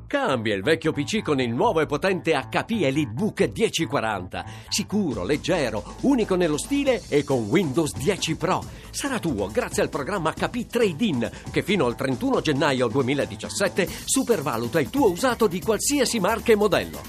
Cambia il vecchio PC con il nuovo e potente HP EliteBook 1040. Sicuro, leggero, unico nello stile e con Windows 10 Pro. Sarà tuo grazie al programma HP Trade-in, che fino al 31 gennaio 2017 supervaluta il tuo usato di qualsiasi marca e modello.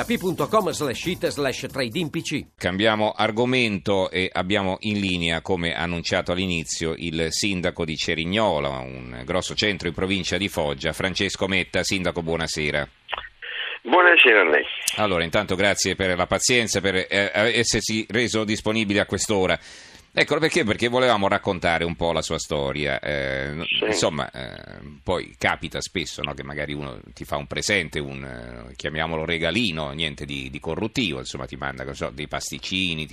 hp.com/it/trade-in-PC. Cambiamo argomento e abbiamo in linea, come annunciato all'inizio, il sindaco di Cerignola, un grosso centro in provincia di Foggia, Francesco Metta. Sindaco, buonasera. Buonasera a lei. Allora, intanto grazie per la pazienza, per essersi reso disponibile a quest'ora. Ecco perché volevamo raccontare un po' la sua storia. Sì. Insomma, poi capita spesso, no, che magari uno ti fa un presente, chiamiamolo regalino, niente di corruttivo, insomma ti manda dei pasticcini,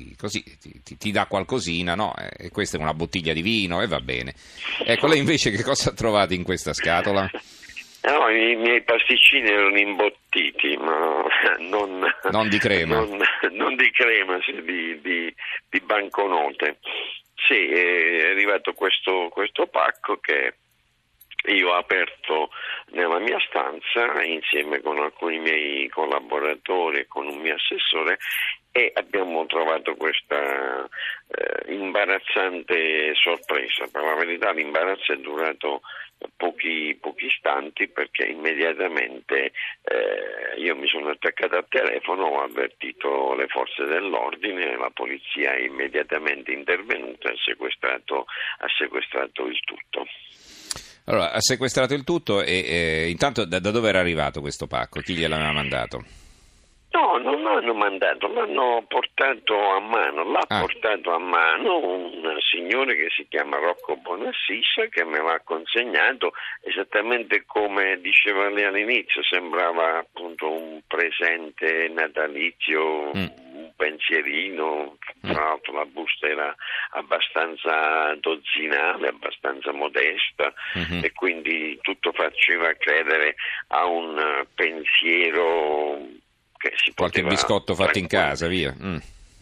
ti dà qualcosina, no? E questa è una bottiglia di vino e va bene. Ecco, lei invece che cosa ha trovato in questa scatola? No, i miei pasticcini erano imbottiti, ma non di crema. Non di crema, sì, di banconote. Sì, è arrivato questo pacco che io ho aperto nella mia stanza insieme con alcuni miei collaboratori e con un mio assessore, e abbiamo trovato questa imbarazzante sorpresa. Per la verità l'imbarazzo è durato pochi istanti, perché immediatamente io mi sono attaccato al telefono, ho avvertito le forze dell'ordine, la polizia è immediatamente intervenuta e ha sequestrato il tutto. Allora, ha sequestrato il tutto e intanto da dove era arrivato questo pacco? Chi gliel'aveva mandato? No, non l'hanno mandato, l'hanno portato a mano. Portato a mano un signore che si chiama Rocco Bonassissa, che me l'ha consegnato esattamente come diceva lei all'inizio. Sembrava appunto un presente natalizio, un pensierino. Tra l'altro la busta era abbastanza dozzinale, abbastanza modesta, e quindi tutto faceva credere a un pensiero che si qualche poteva biscotto fatto in casa, via. No,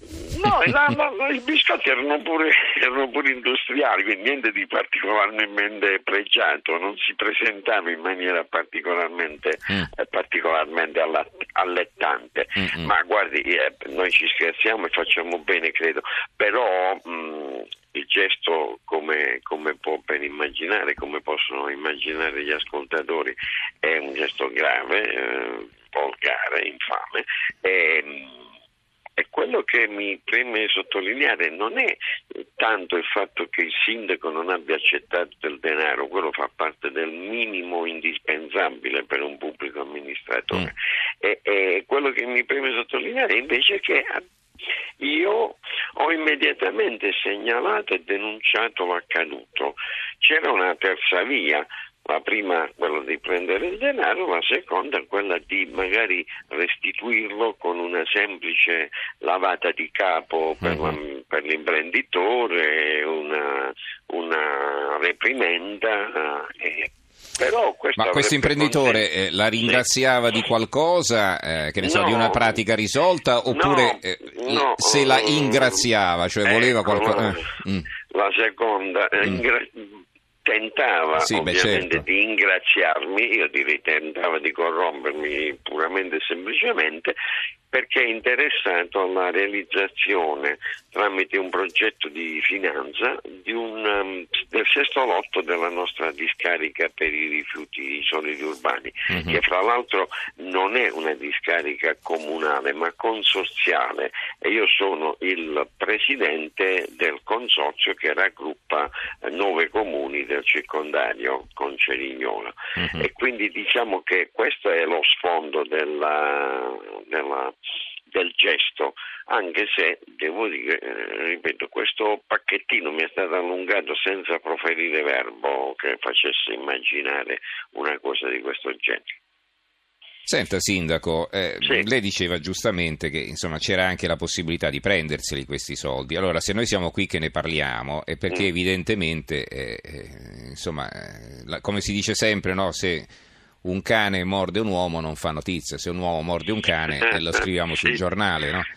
i biscotti erano pure industriali, quindi niente di particolarmente pregiato, non si presentava in maniera particolarmente allettante. Ma guardi, noi ci scherziamo e facciamo bene, credo, però il gesto, come può ben immaginare, come possono immaginare gli ascoltatori, è un gesto grave, volgare, infame, e quello che mi preme sottolineare non è tanto il fatto che il sindaco non abbia accettato del denaro, quello fa parte del minimo indispensabile per un pubblico amministratore, e quello che mi preme sottolineare invece è che io ho immediatamente segnalato e denunciato l'accaduto. C'era una terza via. La prima, quella di prendere il denaro, la seconda, quella di magari restituirlo con una semplice lavata di capo per l'imprenditore, una reprimenda. Però ma questo imprenditore la ringraziava di qualcosa, che ne so, di una pratica risolta, oppure se la ingraziava, cioè voleva qualcosa? La seconda, tentava ovviamente di ingraziarmi, io direi tentava di corrompermi puramente e semplicemente, perché è interessato alla realizzazione tramite un progetto di finanza del sesto lotto della nostra discarica per i rifiuti solidi urbani, che fra l'altro non è una discarica comunale ma consorziale, e io sono il presidente del consorzio che raggruppa 9 comuni del circondario con Cerignola, e quindi diciamo che questo è lo sfondo del gesto, anche se devo dire, ripeto, questo pacchettino mi è stato allungato senza proferire verbo che facesse immaginare una cosa di questo genere. Senta, sindaco, sì. Lei diceva giustamente che insomma c'era anche la possibilità di prenderseli questi soldi. Allora, se noi siamo qui che ne parliamo è perché evidentemente come si dice sempre, no, se un cane morde un uomo non fa notizia, se un uomo morde un cane lo scriviamo sul giornale, no?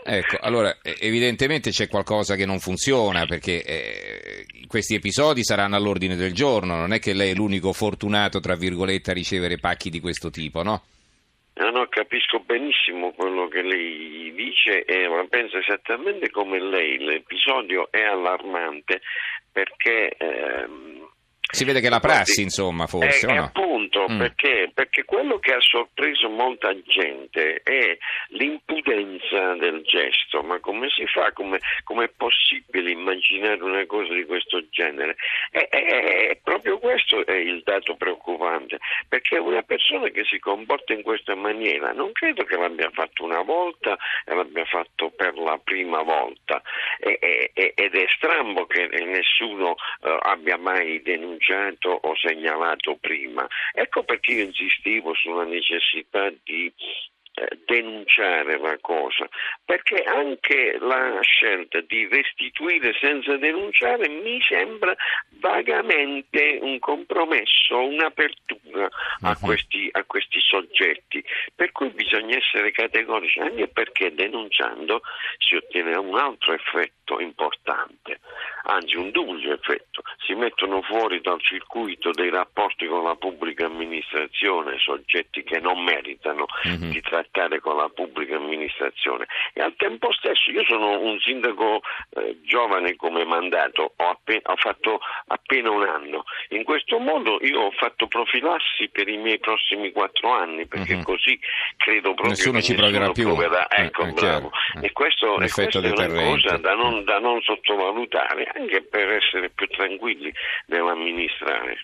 Ecco, allora evidentemente c'è qualcosa che non funziona, perché questi episodi saranno all'ordine del giorno, non è che lei è l'unico fortunato, tra virgolette, a ricevere pacchi di questo tipo, no? No, capisco benissimo quello che lei dice e penso esattamente come lei. L'episodio è allarmante perché si vede che è la prassi, insomma, forse, o no? Appunto, perché quello che ha sorpreso molta gente è l'impudenza del gesto. Ma come si fa? Come è possibile immaginare una cosa di questo genere? E proprio questo è il dato preoccupante, perché una persona che si comporta in questa maniera non credo che l'abbia fatto una volta e l'abbia fatto per la prima volta, ed è strambo che nessuno abbia mai denunciato o segnalato prima. Ecco perché io insistivo sulla necessità di denunciare la cosa, perché anche la scelta di restituire senza denunciare mi sembra vagamente un compromesso, un'apertura a questi soggetti, per cui bisogna essere categorici, anche perché denunciando si ottiene un altro effetto importante, anzi un duplice effetto: si mettono fuori dal circuito dei rapporti con la pubblica amministrazione soggetti che non meritano di trattare con la pubblica amministrazione, e al tempo stesso io sono un sindaco giovane come mandato, ho fatto appena un anno. In questo modo io ho fatto profilassi per i miei prossimi 4 anni, perché così credo proprio nessuno che ci proverà più. proverà. Ecco, bravo. E questo è una cosa da non sottovalutare, anche per essere più tranquilli nell'amministrare.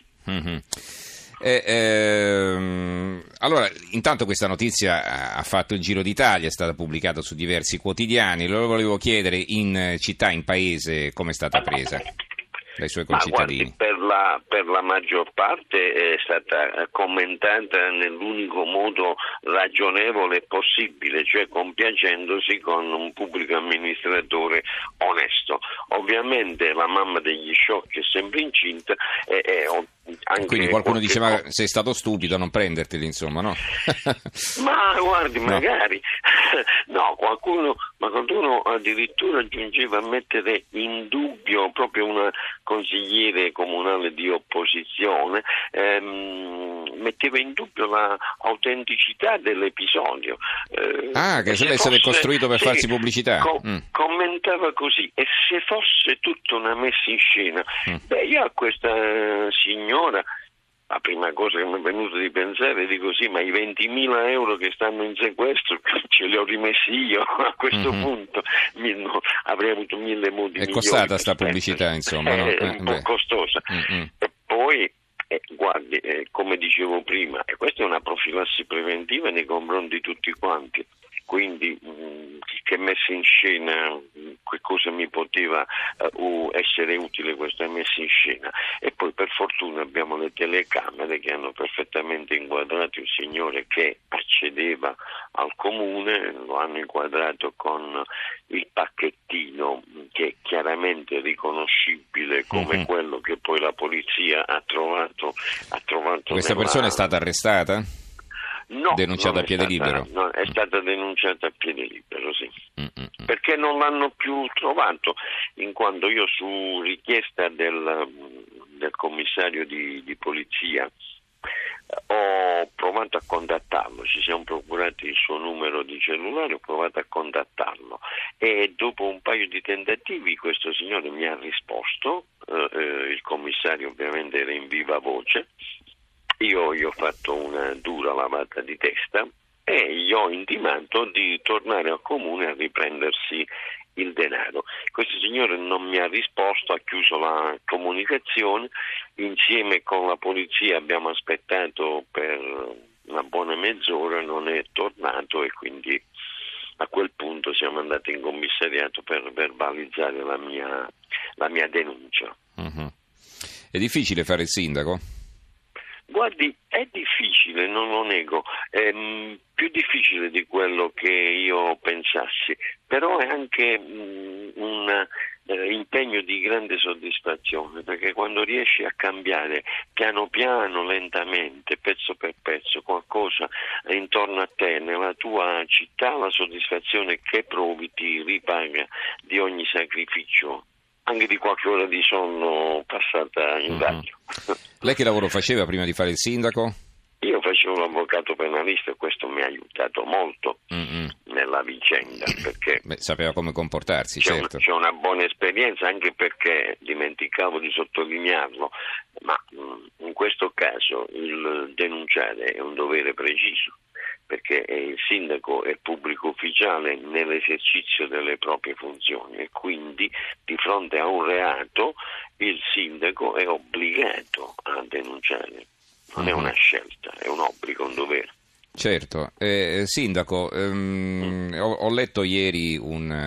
Allora, intanto questa notizia ha fatto il giro d'Italia, è stata pubblicata su diversi quotidiani. Lo volevo chiedere, in città, in paese, come è stata presa dai suoi concittadini? Guardi, per la maggior parte è stata commentata nell'unico modo ragionevole possibile, cioè compiacendosi con un pubblico amministratore onesto. Ovviamente la mamma degli sciocchi è sempre incinta anche. Quindi qualcuno diceva sei stato stupido a non prenderteli, insomma, no? Ma guardi, magari no, qualcuno addirittura giungeva a mettere in dubbio, proprio una consigliere comunale di opposizione metteva in dubbio l'autenticità dell'episodio. Che deve essere costruito per farsi pubblicità. Commentava così: e se fosse tutta una messa in scena? Io a questa signora, la prima cosa che mi è venuto di pensare, dico sì, ma i 20.000 euro che stanno in sequestro ce li ho rimessi io a questo punto, avrei avuto 1000 modi. È costata sta pubblicità, insomma, no? È un po' costosa. E poi guardi, come dicevo prima, questa è una profilassi preventiva nei confronti di tutti quanti. Quindi che messa in scena, che cosa mi poteva essere utile questa messa in scena? E poi per fortuna abbiamo le telecamere che hanno perfettamente inquadrato il signore che accedeva al comune, lo hanno inquadrato con il pacchettino che è chiaramente riconoscibile come quello che poi la polizia ha trovato. Questa persona è stata arrestata? No, denunciata a piede libero? No, è stata denunciata a piede libero, sì. Perché non l'hanno più trovato, in quanto io, su richiesta del commissario di polizia, ho provato a contattarlo, ci siamo procurati il suo numero di cellulare, ho provato a contattarlo e dopo un paio di tentativi questo signore mi ha risposto, il commissario ovviamente era in viva voce. Io gli ho fatto una dura lavata di testa e gli ho intimato di tornare al comune a riprendersi il denaro. Questo signore non mi ha risposto, ha chiuso la comunicazione. Insieme con la polizia abbiamo aspettato per una buona mezz'ora, non è tornato e quindi a quel punto siamo andati in commissariato per verbalizzare la mia denuncia. È difficile fare il sindaco? Guardi, è difficile, non lo nego, è più difficile di quello che io pensassi, però è anche impegno di grande soddisfazione, perché quando riesci a cambiare piano piano, lentamente, pezzo per pezzo, qualcosa intorno a te, nella tua città, la soddisfazione che provi ti ripaga di ogni sacrificio, anche di qualche ora di sonno passata in radio. Lei che lavoro faceva prima di fare il sindaco? Io facevo l'avvocato penalista e questo mi ha aiutato molto nella vicenda, perché sapeva come comportarsi, certo. C'è una buona esperienza, anche perché dimenticavo di sottolinearlo, ma in questo caso il denunciare è un dovere preciso, perché il sindaco è pubblico ufficiale nell'esercizio delle proprie funzioni e quindi di fronte a un reato il sindaco è obbligato a denunciare. Non è una scelta, è un obbligo, un dovere. Certo. Sindaco, ho letto ieri,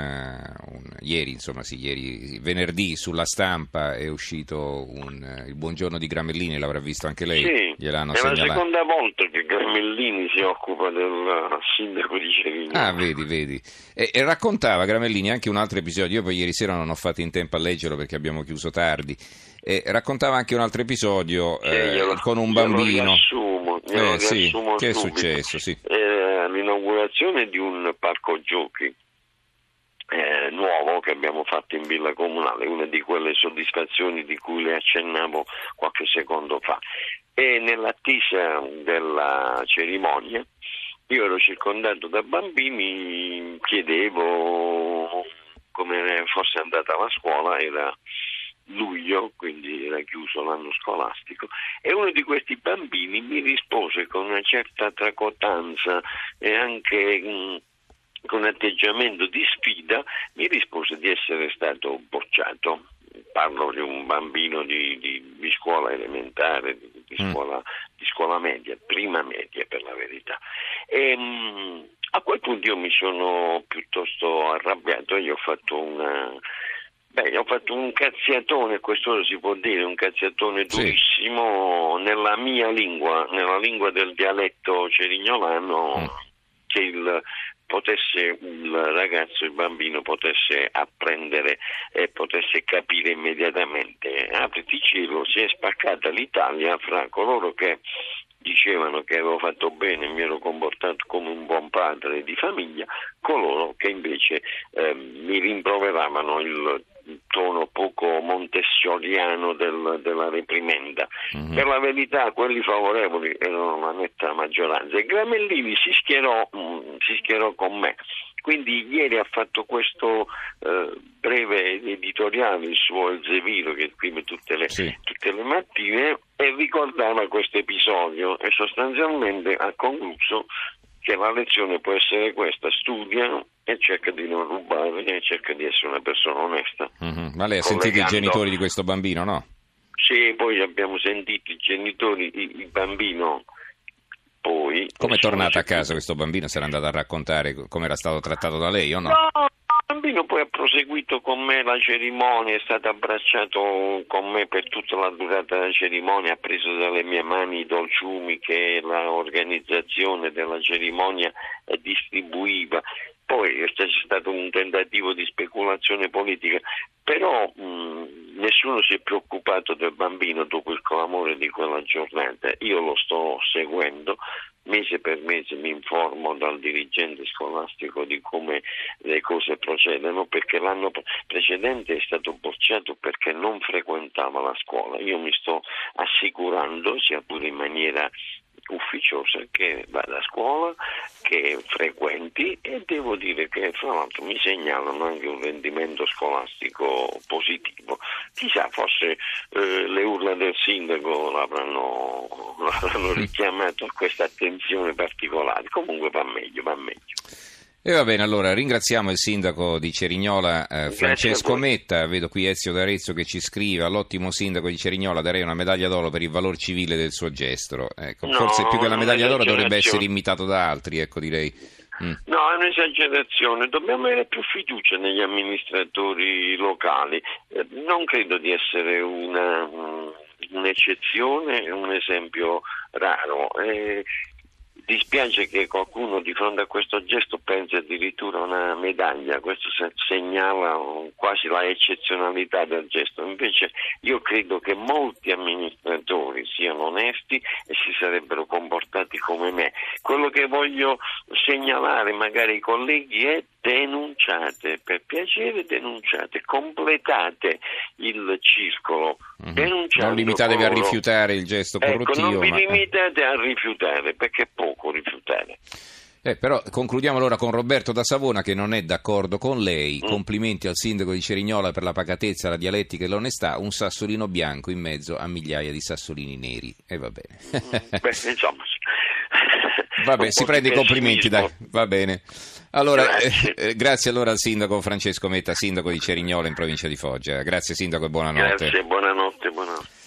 venerdì sulla Stampa è uscito il buongiorno di Gramellini, l'avrà visto anche lei? Sì, gliel'hanno è segnalato. la seconda volta che Gramellini si occupa del sindaco di Cerignola. Ah, vedi. E raccontava Gramellini anche un altro episodio, io poi ieri sera non ho fatto in tempo a leggerlo perché abbiamo chiuso tardi, raccontava anche un altro episodio con un bambino. Glielo Sì, riassumo che è subito. successo? Sì. L'inaugurazione di un parco giochi nuovo che abbiamo fatto in Villa Comunale, una di quelle soddisfazioni di cui le accennavo qualche secondo fa, e nell'attesa della cerimonia io ero circondato da bambini, chiedevo come fosse andata la scuola, era luglio, quindi era chiuso l'anno scolastico, e uno di questi bambini mi rispose con una certa tracotanza e anche con atteggiamento di sfida, mi rispose di essere stato bocciato. Parlo di un bambino di scuola elementare, di scuola media, prima media per la verità. E a quel punto io mi sono piuttosto arrabbiato e gli ho fatto ho fatto un cazziatone, questo lo si può dire, un cazziatone durissimo nella mia lingua, nella lingua del dialetto cerignolano, che il ragazzo, il bambino potesse apprendere e potesse capire immediatamente. Apriti cielo, si è spaccata l'Italia fra coloro che dicevano che avevo fatto bene, mi ero comportato come un buon padre di famiglia, coloro che invece mi rimproveravano il tono poco montessoriano della reprimenda. Per la verità quelli favorevoli erano la netta maggioranza e Gramellini si schierò con me. Quindi ieri ha fatto questo breve editoriale, il suo Elzeviro, che scrive tutte le mattine, e ricordava questo episodio e sostanzialmente ha concluso che la lezione può essere questa: studia e cerca di non rubare e cerca di essere una persona onesta. Ma lei ha sentito i genitori di questo bambino, no? Sì, poi abbiamo sentito i genitori, il bambino. Poi come è tornato a casa questo bambino? Si era andato a raccontare come era stato trattato da lei o no? No, il bambino poi ha proseguito con me la cerimonia, è stato abbracciato con me per tutta la durata della cerimonia, ha preso dalle mie mani i dolciumi che l'organizzazione della cerimonia distribuiva. Poi c'è stato un tentativo di speculazione politica, però nessuno si è preoccupato del bambino dopo il clamore di quella giornata. Io lo sto seguendo, mese per mese mi informo dal dirigente scolastico di come le cose procedono, perché l'anno precedente è stato bocciato perché non frequentava la scuola. Io mi sto assicurando, sia pure in maniera ufficiosa, che vada a scuola, che frequenti, e devo dire che fra l'altro mi segnalano anche un rendimento scolastico positivo. Chissà, forse le urla del sindaco l'avranno richiamato a questa attenzione particolare. Comunque va meglio. E va bene, allora ringraziamo il sindaco di Cerignola, Francesco Metta. Vedo qui Ezio D'Arezzo che ci scrive: all'ottimo sindaco di Cerignola darei una medaglia d'oro per il valor civile del suo gesto. Ecco, forse più che la medaglia d'oro dovrebbe essere imitato da altri, ecco, direi. No, è un'esagerazione, dobbiamo avere più fiducia negli amministratori locali. Non credo di essere un'eccezione, un esempio raro. dispiace che qualcuno di fronte a questo gesto pensi addirittura a una medaglia, questo segnala quasi la eccezionalità del gesto, invece io credo che molti amministratori siano onesti e si sarebbero comportati come me. Quello che voglio segnalare magari ai colleghi è: denunciate, per piacere denunciate, completate il circolo, denunciate. Non limitatevi a rifiutare il gesto corruttivo. Non vi limitate a rifiutare, perché è poco rifiutare. Però concludiamo allora con Roberto da Savona, che non è d'accordo con lei. Complimenti al sindaco di Cerignola per la pacatezza, la dialettica e l'onestà, un sassolino bianco in mezzo a migliaia di sassolini neri. E va bene. Insomma, vabbè, si prende i complimenti, dai, va bene. Allora, grazie allora al sindaco Francesco Metta, sindaco di Cerignola in provincia di Foggia. Grazie sindaco e buonanotte. Grazie, buonanotte.